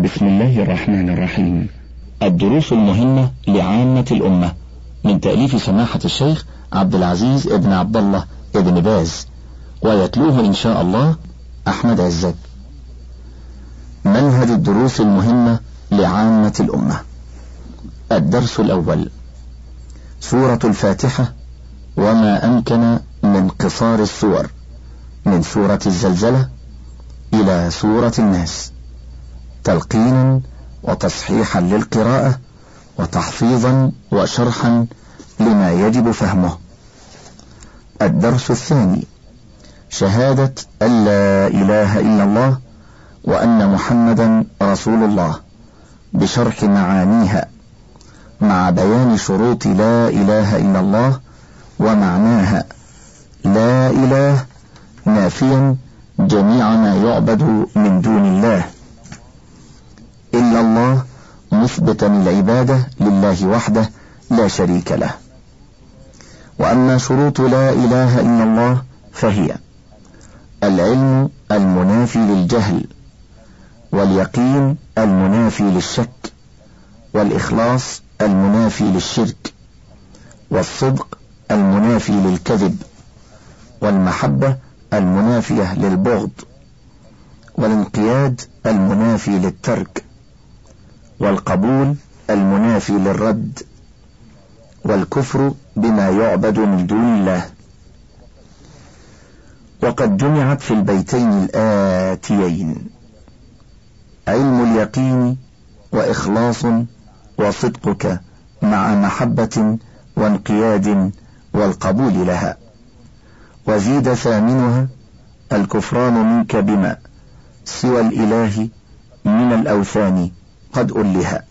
بسم الله الرحمن الرحيم. الدروس المهمة لعامة الأمة، من تأليف سماحة الشيخ عبد العزيز ابن عبد الله ابن باز، ويتلوه إن شاء الله أحمد عزت. منهج الدروس المهمة لعامة الأمة. الدرس الأول: سورة الفاتحة وما أمكن من قصار السور، من سورة الزلزلة إلى سورة الناس، تلقينا وتصحيحا للقراءة وتحفيظا وشرحا لما يجب فهمه. الدرس الثاني: شهادة أن لا إله إلا الله وأن محمدا رسول الله، بشرح معانيها مع بيان شروط لا إله إلا الله ومعناها. لا إله نافيا جميع ما يعبد من دون الله، إلا الله مثبتا العبادة لله وحده لا شريك له. وأما شروط لا إله إلا الله فهي: العلم المنافي للجهل، واليقين المنافي للشك، والإخلاص المنافي للشرك، والصدق المنافي للكذب، والمحبة المنافية للبغض، والانقياد المنافي للترك، والقبول المنافي للرد، والكفر بما يعبد من دون الله. وقد جمعت في البيتين الآتيين: علم اليقين وإخلاص وصدقك مع محبة وانقياد والقبول لها. وزيد ثامنها: الكفران منك بما سوى الإله من الأوثان قد ألها.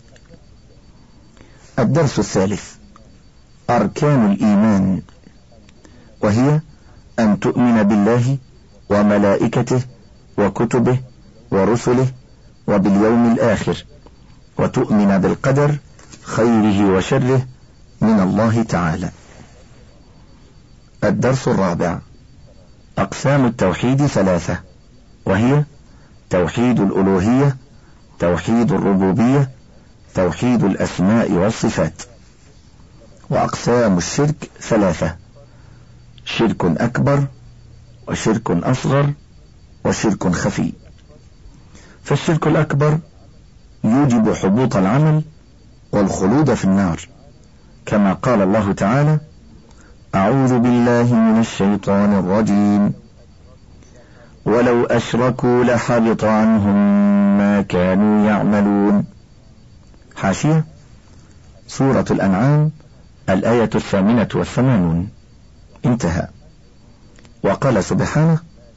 الدرس الثالث: أركان الإيمان، وهي أن تؤمن بالله وملائكته وكتبه ورسله وباليوم الآخر، وتؤمن بالقدر خيره وشره من الله تعالى. الدرس الرابع: أقسام التوحيد ثلاثة، وهي توحيد الألوهية، توحيد الربوبية، توحيد الأسماء والصفات. وأقسام الشرك ثلاثة: شرك أكبر، وشرك أصغر، وشرك خفي. فالشرك الأكبر يوجب حبوط العمل والخلود في النار، كما قال الله تعالى: أعوذ بالله من الشيطان الرجيم، ولو أشركوا لحبط عنهم ما كانوا يعملون. حاشية: سورة الأنعام الآية 88. انتهى. وقال سبحانه: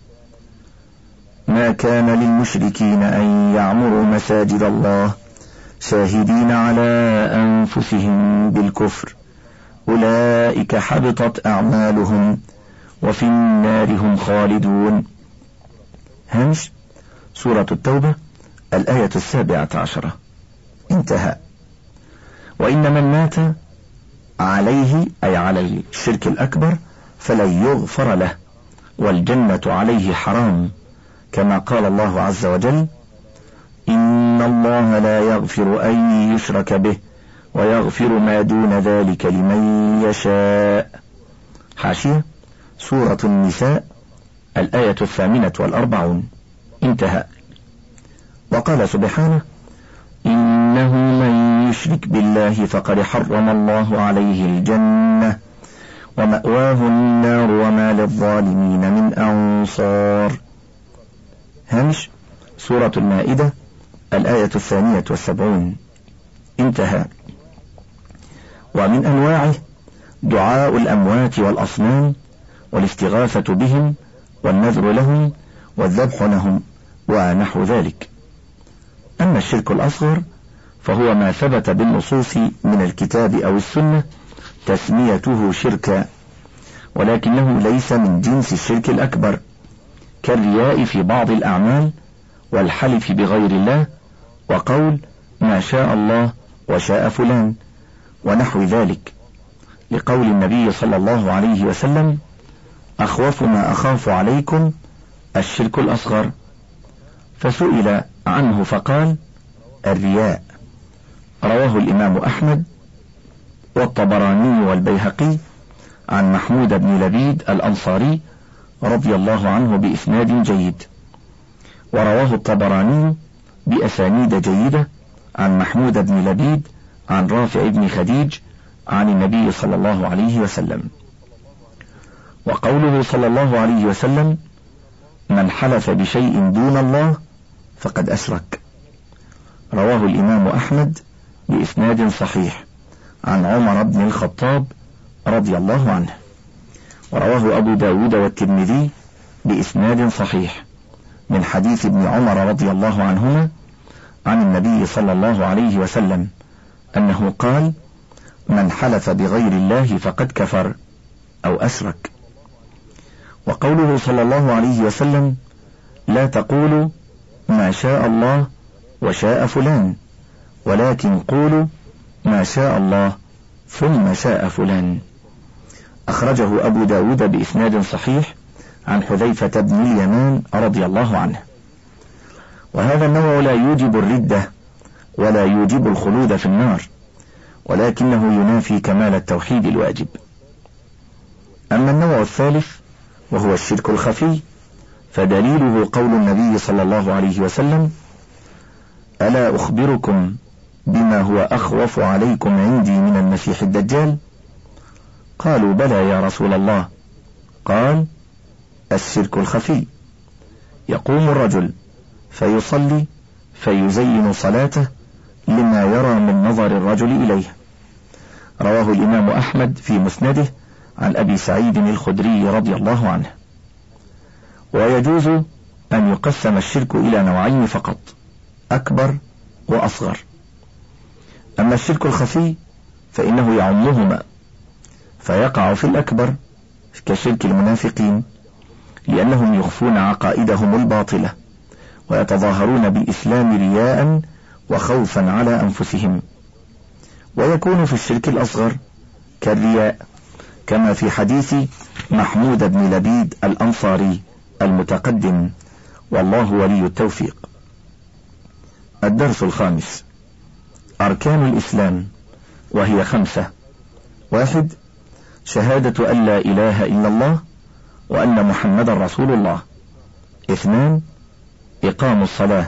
ما كان للمشركين أن يعمروا مساجد الله شاهدين على أنفسهم بالكفر أولئك حبطت أعمالهم وفي النار هم خالدون. هامش: سورة التوبة الآية 17. انتهى. وإن من مات عليه، أي على الشرك الأكبر، فلن يغفر له، والجنة عليه حرام، كما قال الله عز وجل: إن الله لا يغفر أن يشرك به ويغفر ما دون ذلك لمن يشاء. حاشية: سورة النساء الآية 48. انتهى. وقال سبحانه: إنه من يشرك بالله فقد حرم الله عليه الجنة ومأواه النار وما للظالمين من أنصار. هامش: سورة المائدة الآية 72. انتهى. ومن أنواعه دعاء الأموات والأصنام والاستغاثة بهم والنذر لهم والذبح لهم ونحو ذلك. أما الشرك الأصغر فهو ما ثبت بالنصوص من الكتاب أو السنة تسميته شركا، ولكنه ليس من جنس الشرك الأكبر، كالرياء في بعض الأعمال والحلف بغير الله وقول ما شاء الله وشاء فلان ونحو ذلك، لقول النبي صلى الله عليه وسلم: أخوف ما أخاف عليكم الشرك الأصغر. فسئل عنه فقال: الرياء. رواه الإمام أحمد والطبراني والبيهقي عن محمود بن لبيد الأنصاري رضي الله عنه بإسناد جيد، ورواه الطبراني بأسانيد جيدة عن محمود بن لبيد عن رافع بن خديج عن النبي صلى الله عليه وسلم. وقوله صلى الله عليه وسلم: من حلف بشيء دون الله فقد أشرك، رواه الإمام أحمد بإسناد صحيح عن عمر بن الخطاب رضي الله عنه، ورواه أبو داود والترمذي بإسناد صحيح من حديث ابن عمر رضي الله عنهما عن النبي صلى الله عليه وسلم أنه قال: من حلف بغير الله فقد كفر أو أشرك. وقوله صلى الله عليه وسلم: لا تقولوا ما شاء الله وشاء فلان، ولكن قولوا ما شاء الله ثم شاء فلان، أخرجه أبو داود بإسناد صحيح عن حذيفة بن اليمان رضي الله عنه. وهذا النوع لا يوجب الردة ولا يوجب الخلود في النار، ولكنه ينافي كمال التوحيد الواجب. أما النوع الثالث وهو الشرك الخفي، فدليله قول النبي صلى الله عليه وسلم: ألا أخبركم بما هو أخوف عليكم عندي من المسيح الدجال؟ قالوا: بلى يا رسول الله. قال: الشرك الخفي، يقوم الرجل فيصلي فيزين صلاته لما يرى من نظر الرجل إليه. رواه الإمام أحمد في مسنده عن أبي سعيد الخدري رضي الله عنه. ويجوز أن يقسم الشرك إلى نوعين فقط: أكبر وأصغر. أما الشرك الخفي فإنه يعمهما، فيقع في الأكبر كشرك المنافقين، لأنهم يخفون عقائدهم الباطلة ويتظاهرون بالإسلام رياء وخوفا على أنفسهم. ويكون في الشرك الأصغر كالرياء، كما في حديث محمود بن لبيد الأنصاري المتقدم، والله ولي التوفيق. الدرس الخامس: أركان الإسلام، وهي 5: 1. شهادة أن لا إله إلا الله وأن محمد رسول الله. 2. إقام الصلاة.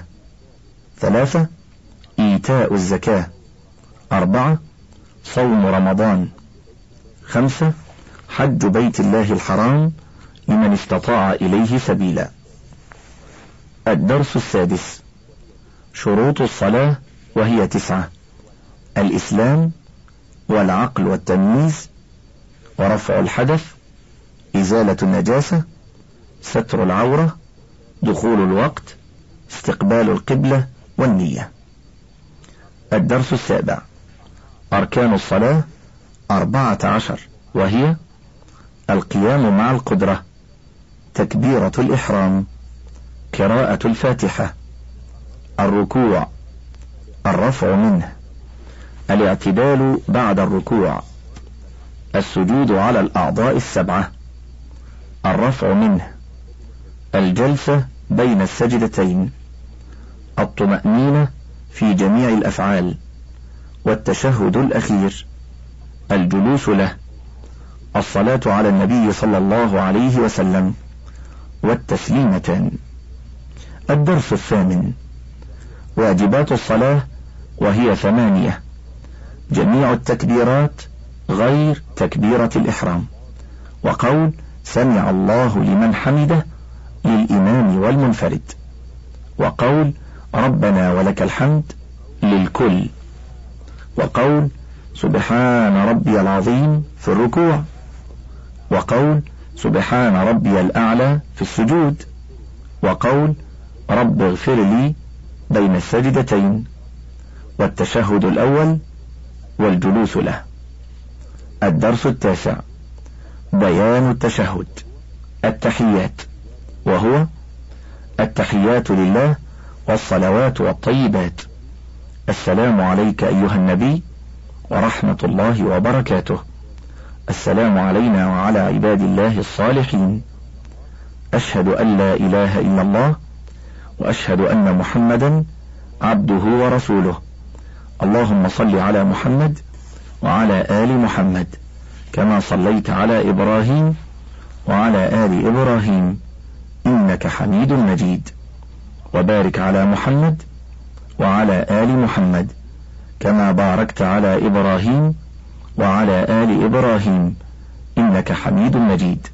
3. إيتاء الزكاة. 4. صوم رمضان. 5. حج بيت الله الحرام لمن استطاع إليه سبيلا. الدرس السادس: شروط الصلاة، وهي 9: الإسلام والعقل والتمييز ورفع الحدث، إزالة النجاسة، ستر العورة، دخول الوقت، استقبال القبلة، والنية. الدرس السابع: أركان الصلاة 14، وهي: القيام مع القدرة، تكبيرة الإحرام، قراءة الفاتحة، الركوع، الرفع منه، الاعتدال بعد الركوع، السجود على الأعضاء 7، الرفع منه، الجلسة بين السجدتين، الطمأنينة في جميع الأفعال، والتشهد الأخير، الجلوس له، الصلاة على النبي صلى الله عليه وسلم، والتسليمتان. الدرس الثامن: واجبات الصلاة، وهي 8: جميع التكبيرات غير تكبيرة الإحرام، وقول سمع الله لمن حمده للإمام والمنفرد، وقول ربنا ولك الحمد للكل، وقول سبحان ربي العظيم في الركوع، وقول سبحان ربي الأعلى في السجود، وقول رب اغفر لي بين السجدتين، والتشهد الأول، والجلوس له. الدرس التاسع: بيان التشهد. التحيات، وهو: التحيات لله والصلوات والطيبات، السلام عليك أيها النبي ورحمة الله وبركاته، السلام علينا وعلى عباد الله الصالحين، أشهد أن لا إله إلا الله وأشهد أن محمدا عبده ورسوله. اللهم صل على محمد وعلى آل محمد كما صليت على إبراهيم وعلى آل إبراهيم إنك حميد مجيد، وبارك على محمد وعلى آل محمد كما باركت على إبراهيم وعلى آل إبراهيم إنك حميد مجيد.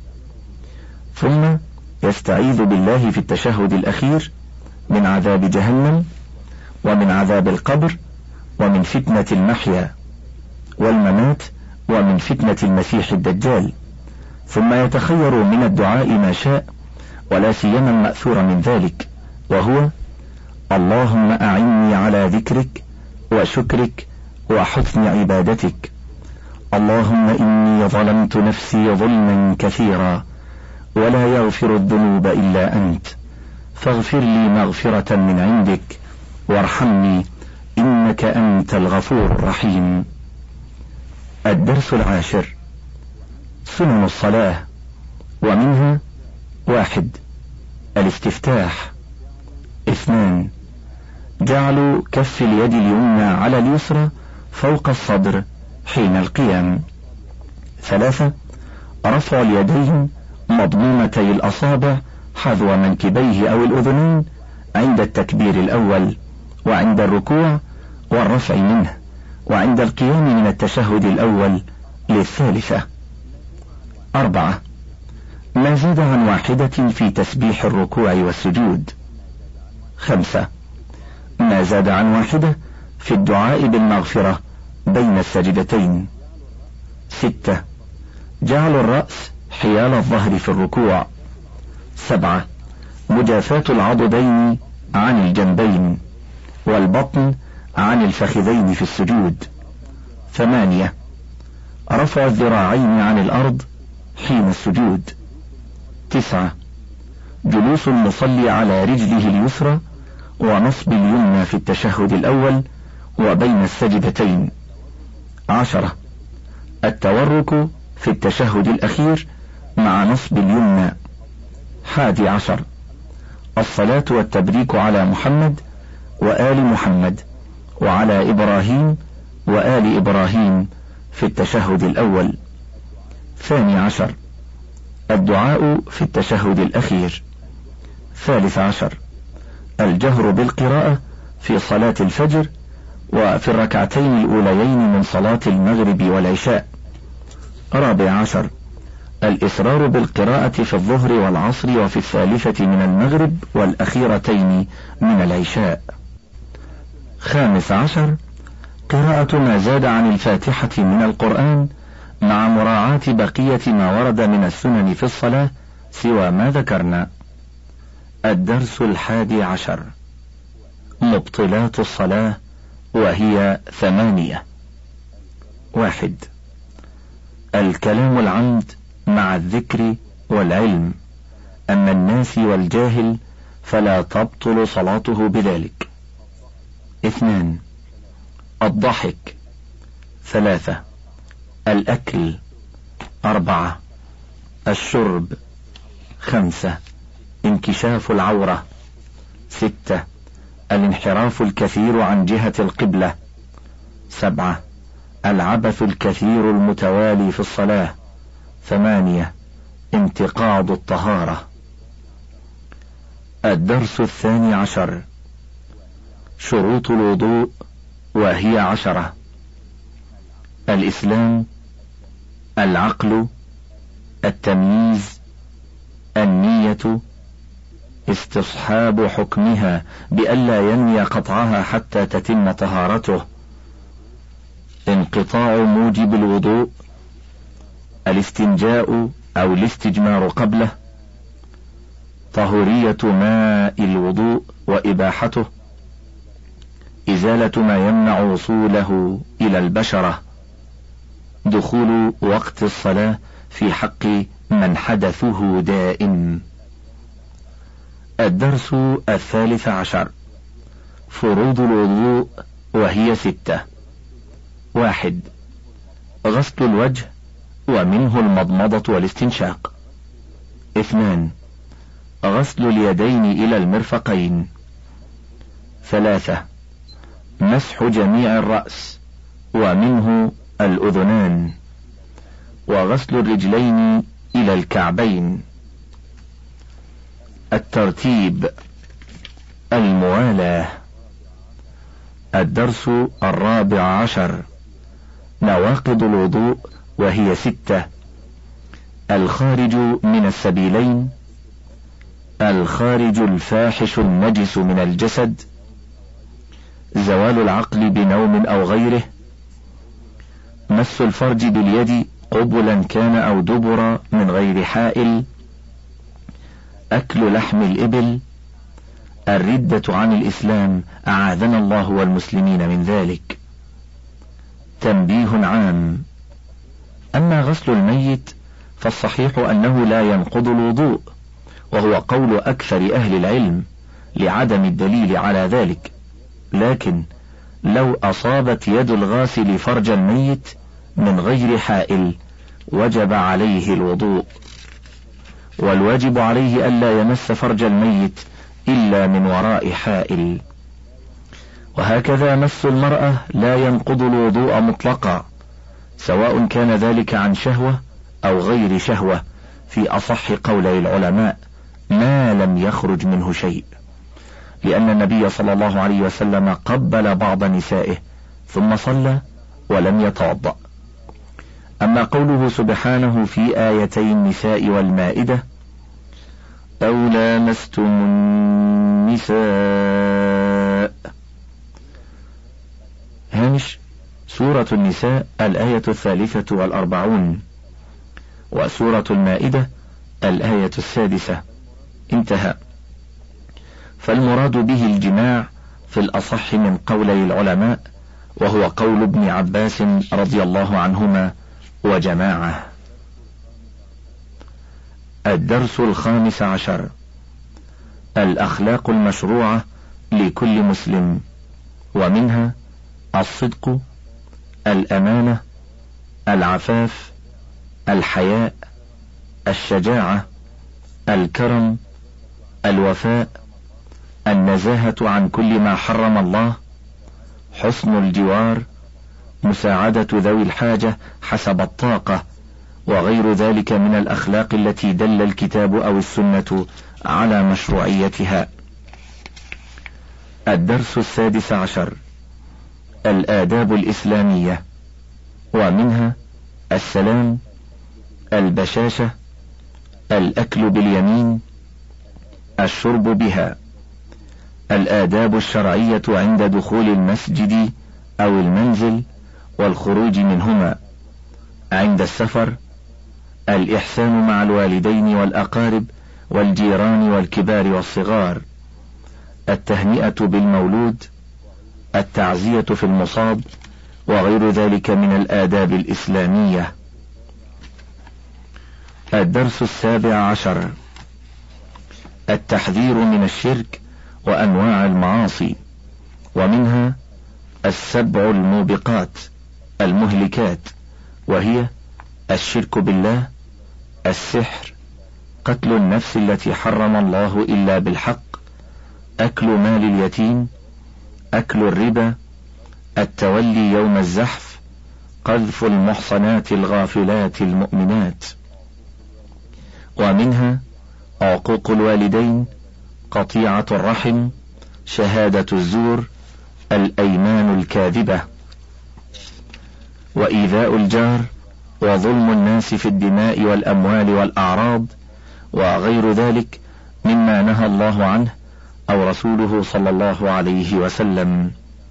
ثم يستعيذ بالله في التشهد الأخير من عذاب جهنم ومن عذاب القبر ومن فتنة المحيا والممات ومن فتنة المسيح الدجال، ثم يتخير من الدعاء ما شاء، ولا سيما المأثور من ذلك، وهو: اللهم أعني على ذكرك وشكرك وحسن عبادتك. اللهم إني ظلمت نفسي ظلما كثيرا ولا يغفر الذنوب إلا أنت، فاغفر لي مغفرة من عندك وارحمني إنك أنت الغفور الرحيم. الدرس 10: سنن الصلاة، ومنها: 1. الاستفتاح. 2. جعل كف اليد اليمنى على اليسرى فوق الصدر حين القيام. 3. رفع اليدين مضمومتي الأصابع حذو منكبيه أو الأذنين عند التكبير الأول، وعند الركوع والرفع منه، وعند القيام من التشهد الأول للثالثة. 4. ما زاد عن 1 في تسبيح الركوع والسجود. 5. ما زاد عن 1 في الدعاء بالمغفرة بين السجدتين. 6. جعل الرأس حيال الظهر في الركوع. 7. مجافاة العضدين عن الجنبين، والبطن عن الفخذين في السجود. 8. رفع الذراعين عن الأرض حين السجود. 9. جلوس المصلي على رجله اليسرى ونصب اليمنى في التشهد الأول وبين السجدتين. 10. التورك في التشهد الأخير مع نصب اليمنى. 11. الصلاة والتبريك على محمد وآل محمد وعلى إبراهيم وآل إبراهيم في التشهد الأول. 12. الدعاء في التشهد الأخير. 13. الجهر بالقراءة في صلاة الفجر وفي الركعتين الأوليين من صلاة المغرب والعشاء. 14. الإسرار بالقراءة في الظهر والعصر وفي الثالثة من المغرب والأخيرتين من العشاء. 15. قراءة ما زاد عن الفاتحة من القرآن مع مراعاة بقية ما ورد من السنن في الصلاة سوى ما ذكرنا. الدرس 11: مبطلات الصلاة، وهي 8. 1. الكلام العمد مع الذكر والعلم، أما الناس والجاهل فلا تبطل صلاته بذلك. 2. الضحك. 3. الأكل. 4. الشرب. 5. انكشاف العورة. 6. الانحراف الكثير عن جهة القبلة. 7. العبث الكثير المتوالي في الصلاة. 8. انتقاض الطهارة. الدرس 12: شروط الوضوء، وهي 10: الإسلام، العقل، التمييز، النية، استصحاب حكمها بألا ينوي قطعها حتى تتم طهارته، انقطاع موجب الوضوء، الاستنجاء أو الاستجمار قبله، طهورية ماء الوضوء وإباحته، إزالة ما يمنع وصوله إلى البشرة، دخول وقت الصلاة في حق من حدثه دائم. الدرس 13: فروض الوضوء، وهي 6: 1. غسل الوجه ومنه المضمضة والاستنشاق. 2. غسل اليدين إلى المرفقين. 3. مسح جميع الرأس ومنه الأذنان، وغسل الرجلين إلى الكعبين. الترتيب الموالاة. الدرس 14. نواقض الوضوء، وهي 6: الخارج من السبيلين، الخارج الفاحش النجس من الجسد، زوال العقل بنوم أو غيره، مس الفرج باليد قبلا كان أو دبرا من غير حائل، أكل لحم الإبل، الردة عن الإسلام أعاذنا الله والمسلمين من ذلك. تنبيه عام: أما غسل الميت فالصحيح أنه لا ينقض الوضوء، وهو قول أكثر أهل العلم لعدم الدليل على ذلك، لكن لو أصابت يد الغاسل فرج الميت من غير حائل وجب عليه الوضوء، والواجب عليه ألا يمس فرج الميت إلا من وراء حائل. وهكذا مس المرأة لا ينقض الوضوء مطلقا، سواء كان ذلك عن شهوة أو غير شهوة، في أصح قولي العلماء، ما لم يخرج منه شيء، لأن النبي صلى الله عليه وسلم قبل بعض نسائه ثم صلى ولم يتوضأ. أما قوله سبحانه في آيتي النساء والمائدة: أو لامستم النساء، هامش سورة النساء الآية 43، وسورة المائدة الآية 6، انتهى. فالمراد به الجماع في الأصح من قولي العلماء، وهو قول ابن عباس رضي الله عنهما وجماعة. الدرس 15. الأخلاق المشروعة لكل مسلم، ومنها الصدق، الأمانة، العفاف، الحياء، الشجاعة، الكرم، الوفاء، النزاهة عن كل ما حرم الله، حسن الجوار، مساعدة ذوي الحاجة حسب الطاقة، وغير ذلك من الأخلاق التي دل الكتاب أو السنة على مشروعيتها. الدرس 16. الآداب الإسلامية، ومنها السلام، البشاشة، الأكل باليمين، الشرب بها، الآداب الشرعية عند دخول المسجد أو المنزل والخروج منهما، عند السفر، الإحسان مع الوالدين والأقارب والجيران والكبار والصغار، التهنئة بالمولود، التعزية في المصاب، وغير ذلك من الآداب الإسلامية. الدرس 17. التحذير من الشرك وأنواع المعاصي، ومنها 7 الموبقات المهلكات، وهي الشرك بالله، السحر، قتل النفس التي حرم الله إلا بالحق، أكل مال اليتيم، أكل الربا، التولي يوم الزحف، قذف المحصنات الغافلات المؤمنات. ومنها عقوق الوالدين، قطيعة الرحم، شهادة الزور، الأيمان الكاذبة، وإيذاء الجار، وظلم الناس في الدماء والأموال والأعراض، وغير ذلك مما نهى الله عنه أو رسوله صلى الله عليه وسلم.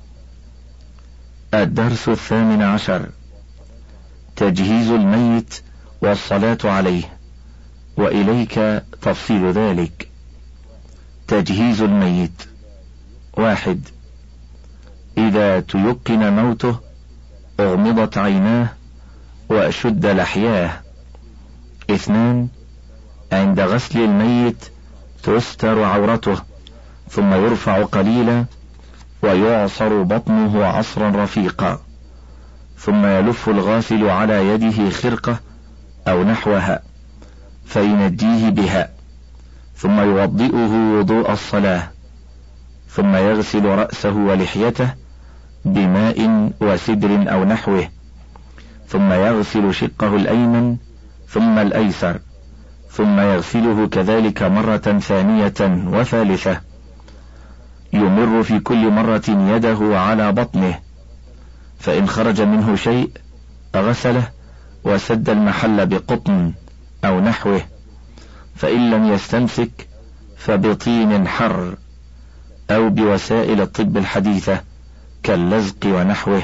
الدرس 18. تجهيز الميت والصلاة عليه، وإليك تفصيل ذلك. تجهيز الميت: 1. إذا تيقن موته أغمضت عيناه وأشد لحياه. 2. عند غسل الميت تستر عورته، ثم يرفع قليلا ويعصر بطنه عصرا رفيقا، ثم يلف الغاسل على يده خرقة أو نحوها فينجيه بها، ثم يوضئه وضوء الصلاة، ثم يغسل رأسه ولحيته، بماء وسدر أو نحوه، ثم يغسل شقه الأيمن ثم الأيسر، ثم يغسله كذلك مرة ثانية وثالثة، يمر في كل مرة يده على بطنه، فإن خرج منه شيء غسله وسد المحل بقطن أو نحوه، فإن لم يستمسك فبطين حر أو بوسائل الطب الحديثة كاللزق ونحوه،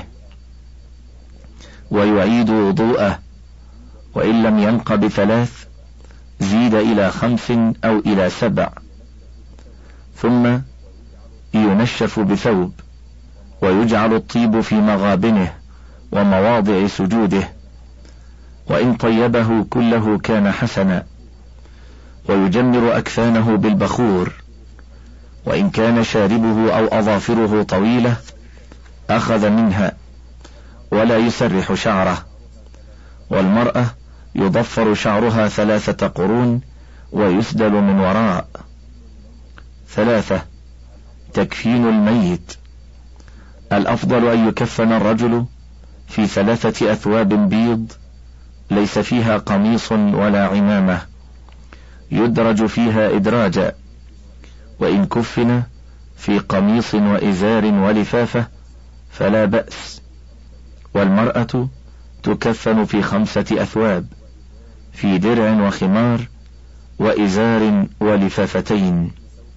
ويعيد وضوءه، وإن لم ينق ب3 زيد إلى 5 أو إلى 7، ثم ينشف بثوب، ويجعل الطيب في مغابنه ومواضع سجوده، وإن طيبه كله كان حسنا، ويجمر أكفانه بالبخور، وإن كان شاربه أو أظافره طويلة أخذ منها، ولا يسرح شعره. والمرأة يضفر شعرها 3 قرون ويسدل من وراء. 3. تكفين الميت. الأفضل أن يكفن الرجل في 3 أثواب بيض ليس فيها قميص ولا عمامة، يدرج فيها إدراجا، وإن كفن في قميص وإزار ولفافة فلا بأس. والمرأة تكفن في 5 أثواب، في درع وخمار وإزار ولفافتين.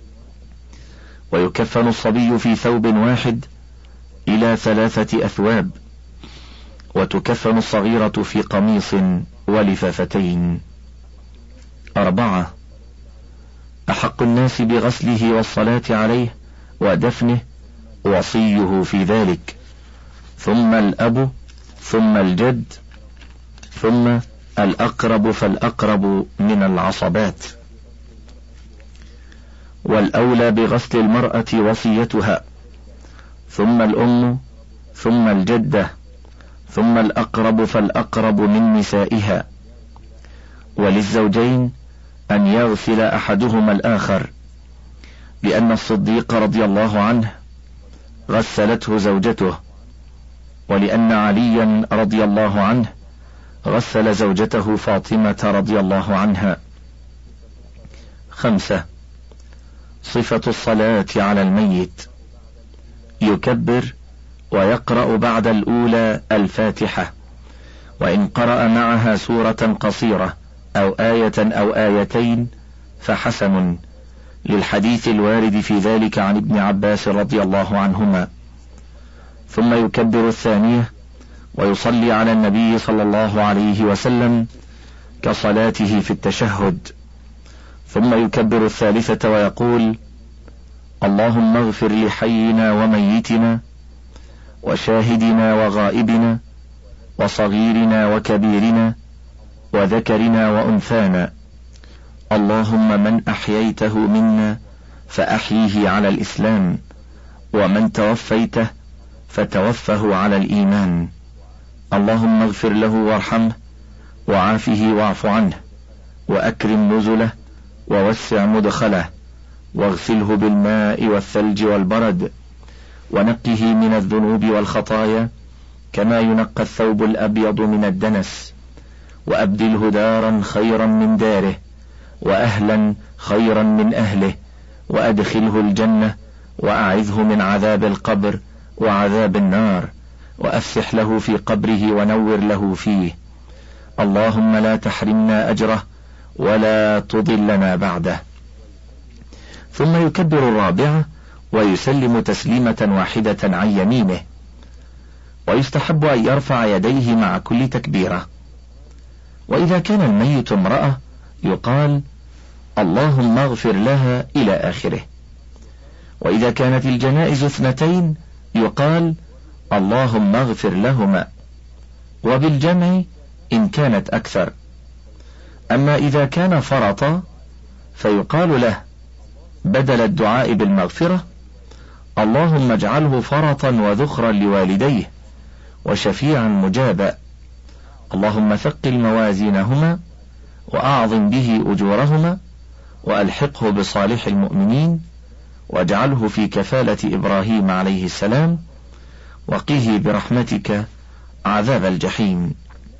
ويكفن الصبي في ثوب واحد إلى 3 أثواب، وتكفن الصغيرة في قميص ولفافتين. 4. أحق الناس بغسله والصلاة عليه ودفنه وصيه في ذلك، ثم الأب، ثم الجد، ثم الأقرب فالأقرب من العصبات. والأولى بغسل المرأة وصيتها، ثم الأم، ثم الجدة، ثم الأقرب فالأقرب من نسائها. وللزوجين أن يغسل أحدهما الآخر، لأن الصديق رضي الله عنه غسلته زوجته، ولأن عليا رضي الله عنه غسل زوجته فاطمة رضي الله عنها. 5. صفة الصلاة على الميت. يكبر ويقرأ بعد الأولى الفاتحة، وإن قرأ معها سورة قصيرة أو آية أو آيتين فحسن، للحديث الوارد في ذلك عن ابن عباس رضي الله عنهما. ثم يكبر الثانية ويصلي على النبي صلى الله عليه وسلم كصلاته في التشهد، ثم يكبر الثالثة ويقول: اللهم اغفر لحينا وميتنا وشاهدنا وغائبنا وصغيرنا وكبيرنا وذكرنا وأنثانا، اللهم من أحييته منا فأحيه على الإسلام، ومن توفيته فتوفه على الإيمان، اللهم اغفر له وارحمه وعافه واعف عنه وأكرم نزله ووسع مدخله، واغسله بالماء والثلج والبرد، ونقه من الذنوب والخطايا كما ينقى الثوب الأبيض من الدنس، وأبدله دارا خيرا من داره، وأهلا خيرا من أهله، وأدخله الجنة، وأعذه من عذاب القبر وعذاب النار، وأفسح له في قبره ونور له فيه، اللهم لا تحرمنا أجره ولا تضلنا بعده. ثم يكبر الرابعة ويسلم تسليمة واحدة عن يمينه. ويستحب أن يرفع يديه مع كل تكبيرة. وإذا كان الميت امرأة يقال: اللهم اغفر لها إلى آخره. وإذا كانت الجنائز 2 يقال: اللهم اغفر لهما، وبالجمع إن كانت أكثر. أما إذا كان فرطا فيقال له بدل الدعاء بالمغفرة: اللهم اجعله فرطا وذخرا لوالديه وشفيعا مجابا، اللهم ثقل موازينهما وأعظم به أجورهما، وألحقه بصالح المؤمنين، واجعله في كفالة إبراهيم عليه السلام، وقيه برحمتك عذاب الجحيم.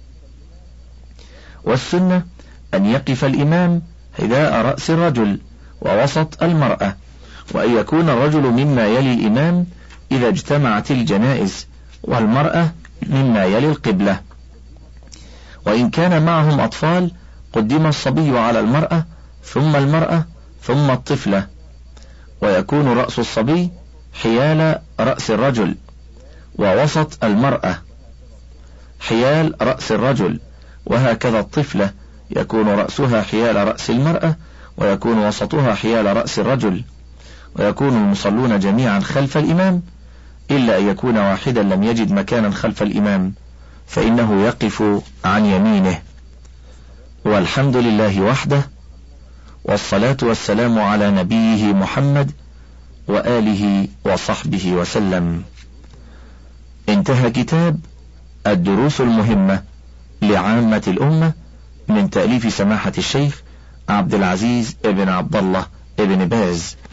والسنة أن يقف الإمام حذاء رأس الرجل ووسط المرأة، وأن يكون الرجل مما يلي الإمام إذا اجتمعت الجنائز، والمرأة مما يلي القبلة. وإن كان معهم أطفال قدم الصبي على المرأة ثم الطفلة، ويكون رأس الصبي حيال رأس الرجل، ووسط المرأة حيال رأس الرجل، وهكذا الطفلة يكون رأسها حيال رأس المرأة، ويكون وسطها حيال رأس الرجل. ويكون المصلون جميعا خلف الإمام إلا أن يكون واحدا لم يجد مكانا خلف الإمام فإنه يقف عن يمينه. والحمد لله وحده، والصلاة والسلام على نبيه محمد وآله وصحبه وسلم. انتهى كتاب الدروس المهمة لعامة الأمة من تأليف سماحة الشيخ عبد العزيز ابن عبد الله ابن باز.